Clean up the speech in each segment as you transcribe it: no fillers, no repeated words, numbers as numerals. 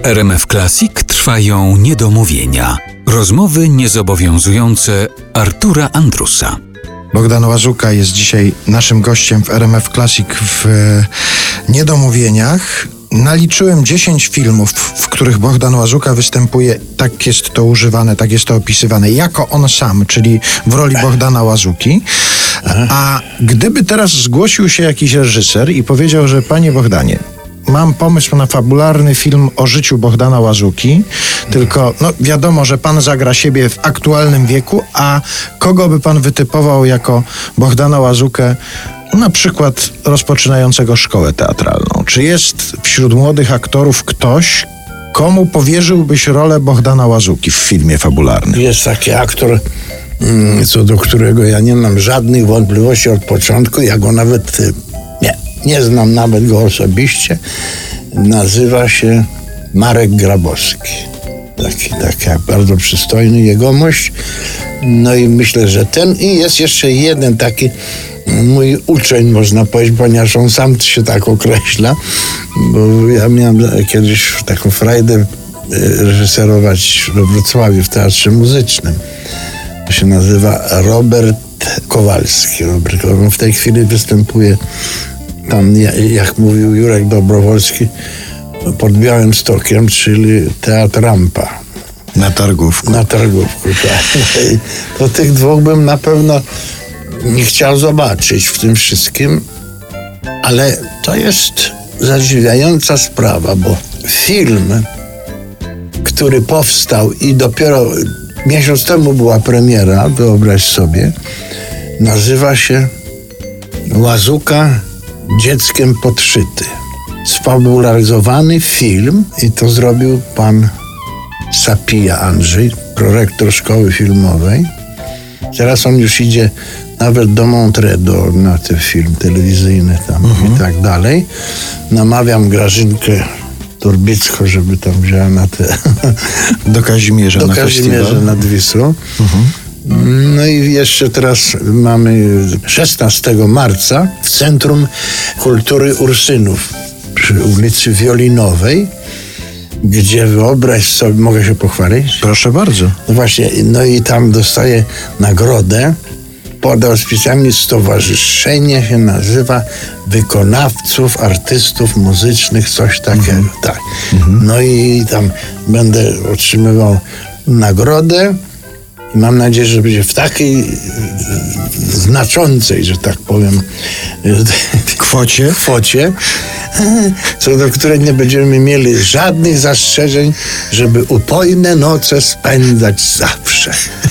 RMF Classic trwają niedomówienia. Rozmowy niezobowiązujące Artura Andrusa. Bogdan Łazuka jest dzisiaj naszym gościem w RMF Classic w Niedomówieniach. Naliczyłem 10 filmów, w których Bogdan Łazuka występuje, tak jest to używane, tak jest to opisywane, jako on sam, czyli w roli Bogdana Łazuki. A gdyby teraz zgłosił się jakiś reżyser i powiedział, że panie Bogdanie, mam pomysł na fabularny film o życiu Bogdana Łazuki, tylko wiadomo, że pan zagra siebie w aktualnym wieku, a kogo by pan wytypował jako Bogdana Łazukę, na przykład rozpoczynającego szkołę teatralną? Czy jest wśród młodych aktorów ktoś, komu powierzyłbyś rolę Bogdana Łazuki w filmie fabularnym? Jest taki aktor, co do którego ja nie mam żadnych wątpliwości od początku, ja go nawet nie znam nawet go osobiście. Nazywa się Marek Grabowski. Taki jak bardzo przystojny jegomość. No i myślę, że ten i jest jeszcze jeden taki mój uczeń, można powiedzieć, ponieważ on sam się tak określa, bo ja miałem kiedyś taką frajdę reżyserować we Wrocławiu w Teatrze Muzycznym. To się nazywa Robert Kowalski. On w tej chwili występuje tam, jak mówił Jurek Dobrowolski, pod Białymstokiem, czyli Teatr Rampa. Na Targówku. Na Targówku, tak. To tych dwóch bym na pewno nie chciał zobaczyć w tym wszystkim, ale to jest zadziwiająca sprawa, bo film, który powstał i dopiero miesiąc temu była premiera, wyobraź sobie, nazywa się Łazuka dzieckiem podszyty. Sfabularyzowany film i to zrobił pan Sapija Andrzej, prorektor szkoły filmowej. Teraz on już idzie nawet do Montreux na ten film telewizyjny tam i tak dalej. Namawiam Grażynkę Turbicką, żeby tam wzięła na te... Do Kazimierza do na Kazimierza festiwal. nad Wisłą. No i jeszcze teraz mamy 16 marca w Centrum Kultury Ursynów przy ulicy Wiolinowej, gdzie wyobraź sobie, mogę się pochwalić? Proszę bardzo. No właśnie, no i tam dostaje nagrodę pod auspicjami stowarzyszenie się nazywa Wykonawców Artystów Muzycznych, coś takiego. Tak. No i tam będę otrzymywał nagrodę i mam nadzieję, że będzie w takiej znaczącej, że tak powiem, kwocie, co do której nie będziemy mieli żadnych zastrzeżeń, żeby upojne noce spędzać zawsze.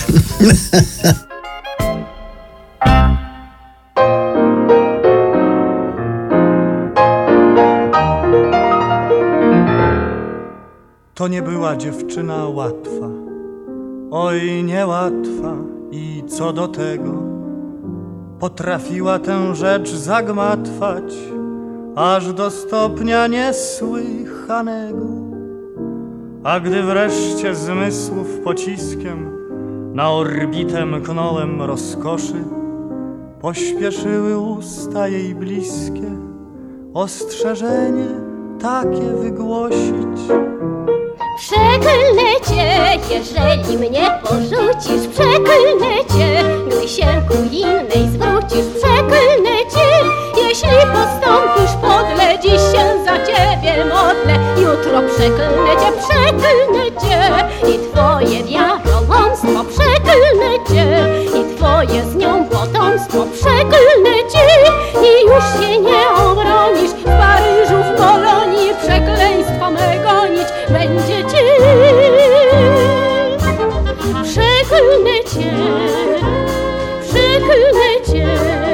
To nie była dziewczyna łatwa, oj niełatwa, i co do tego potrafiła tę rzecz zagmatwać aż do stopnia niesłychanego. A gdy wreszcie zmysłów pociskiem na orbitę mknąłem rozkoszy, pośpieszyły usta jej bliskie ostrzeżenie takie wygłosić. Przeklnę cię, jeżeli mnie porzucisz. Przeklnę cię, gdy się ku innej zwrócisz. Przeklnę cię, jeśli postąpisz podle. Dziś się za ciebie modlę, jutro przeklnę cię. Przeklnę cię i twoje wiarołomstwo. Przeklnę cię i twoje z nią potomstwo. Przeklnę cię i już się nie obronisz. W Paryżu, w Bolonii przekleństwo me gonić będzie cię. Przeklnę cię, przeklnę cię.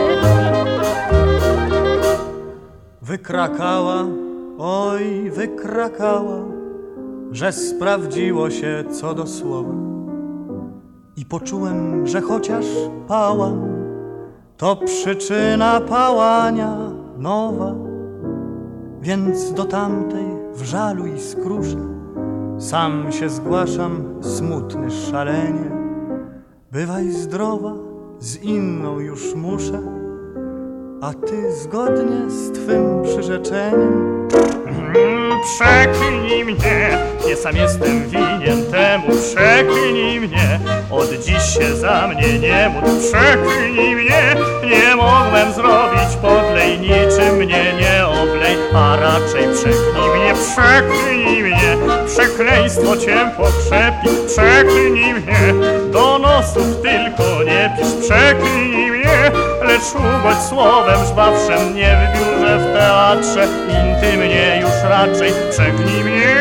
Wykrakała, oj wykrakała, że sprawdziło się co do słowa. I poczułem, że chociaż pałam, to przyczyna pałania nowa. Więc do tamtej w żalu i skrusze sam się zgłaszam, smutny szalenie. Bywaj zdrowa, z inną już muszę, a ty zgodnie z twym przyrzeczeniem Przeklnij mnie, nie sam jestem winien temu. Przeklnij mnie, od dziś się za mnie nie módl. Przeklnij mnie, nie mogłem zrobić podlej. Niczym mnie nie oblej, a raczej przeklnij mnie. Przeklnij mnie, przekleństwo cię pokrzepi. Przeklnij mnie, do nosów tylko nie pisz. Przeklnij mnie, lecz ugodź słowem żwawszem. Nie w biurze, w teatrze, intymnie już raczej. Przeklnij mnie,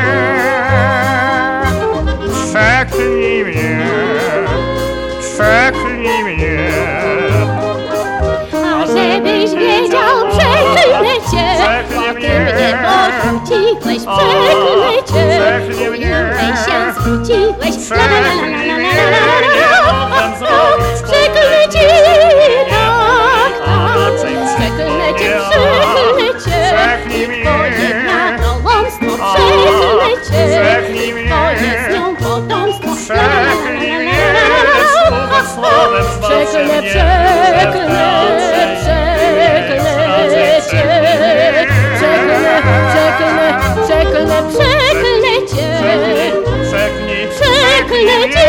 przeklnij mnie, przeklnij mnie. A żebyś wiedział, przeklnę cię, bo ty mnie porzuciłeś. Przeklnę cię, innej się zwróciłeś. La la la la la la la la la. Przeklnę cię, tak, tak. Przeklnę cię, przeklnę cię. Twoje nagołomstwo, przeklnę cię. Twoje z nią potomstwo. La la la la la la la. Przeklnę, przeklnę, przeklnę cię. Przeklnę, przeklnę, przeklnę, przeklnę cię. Przeklnę cię.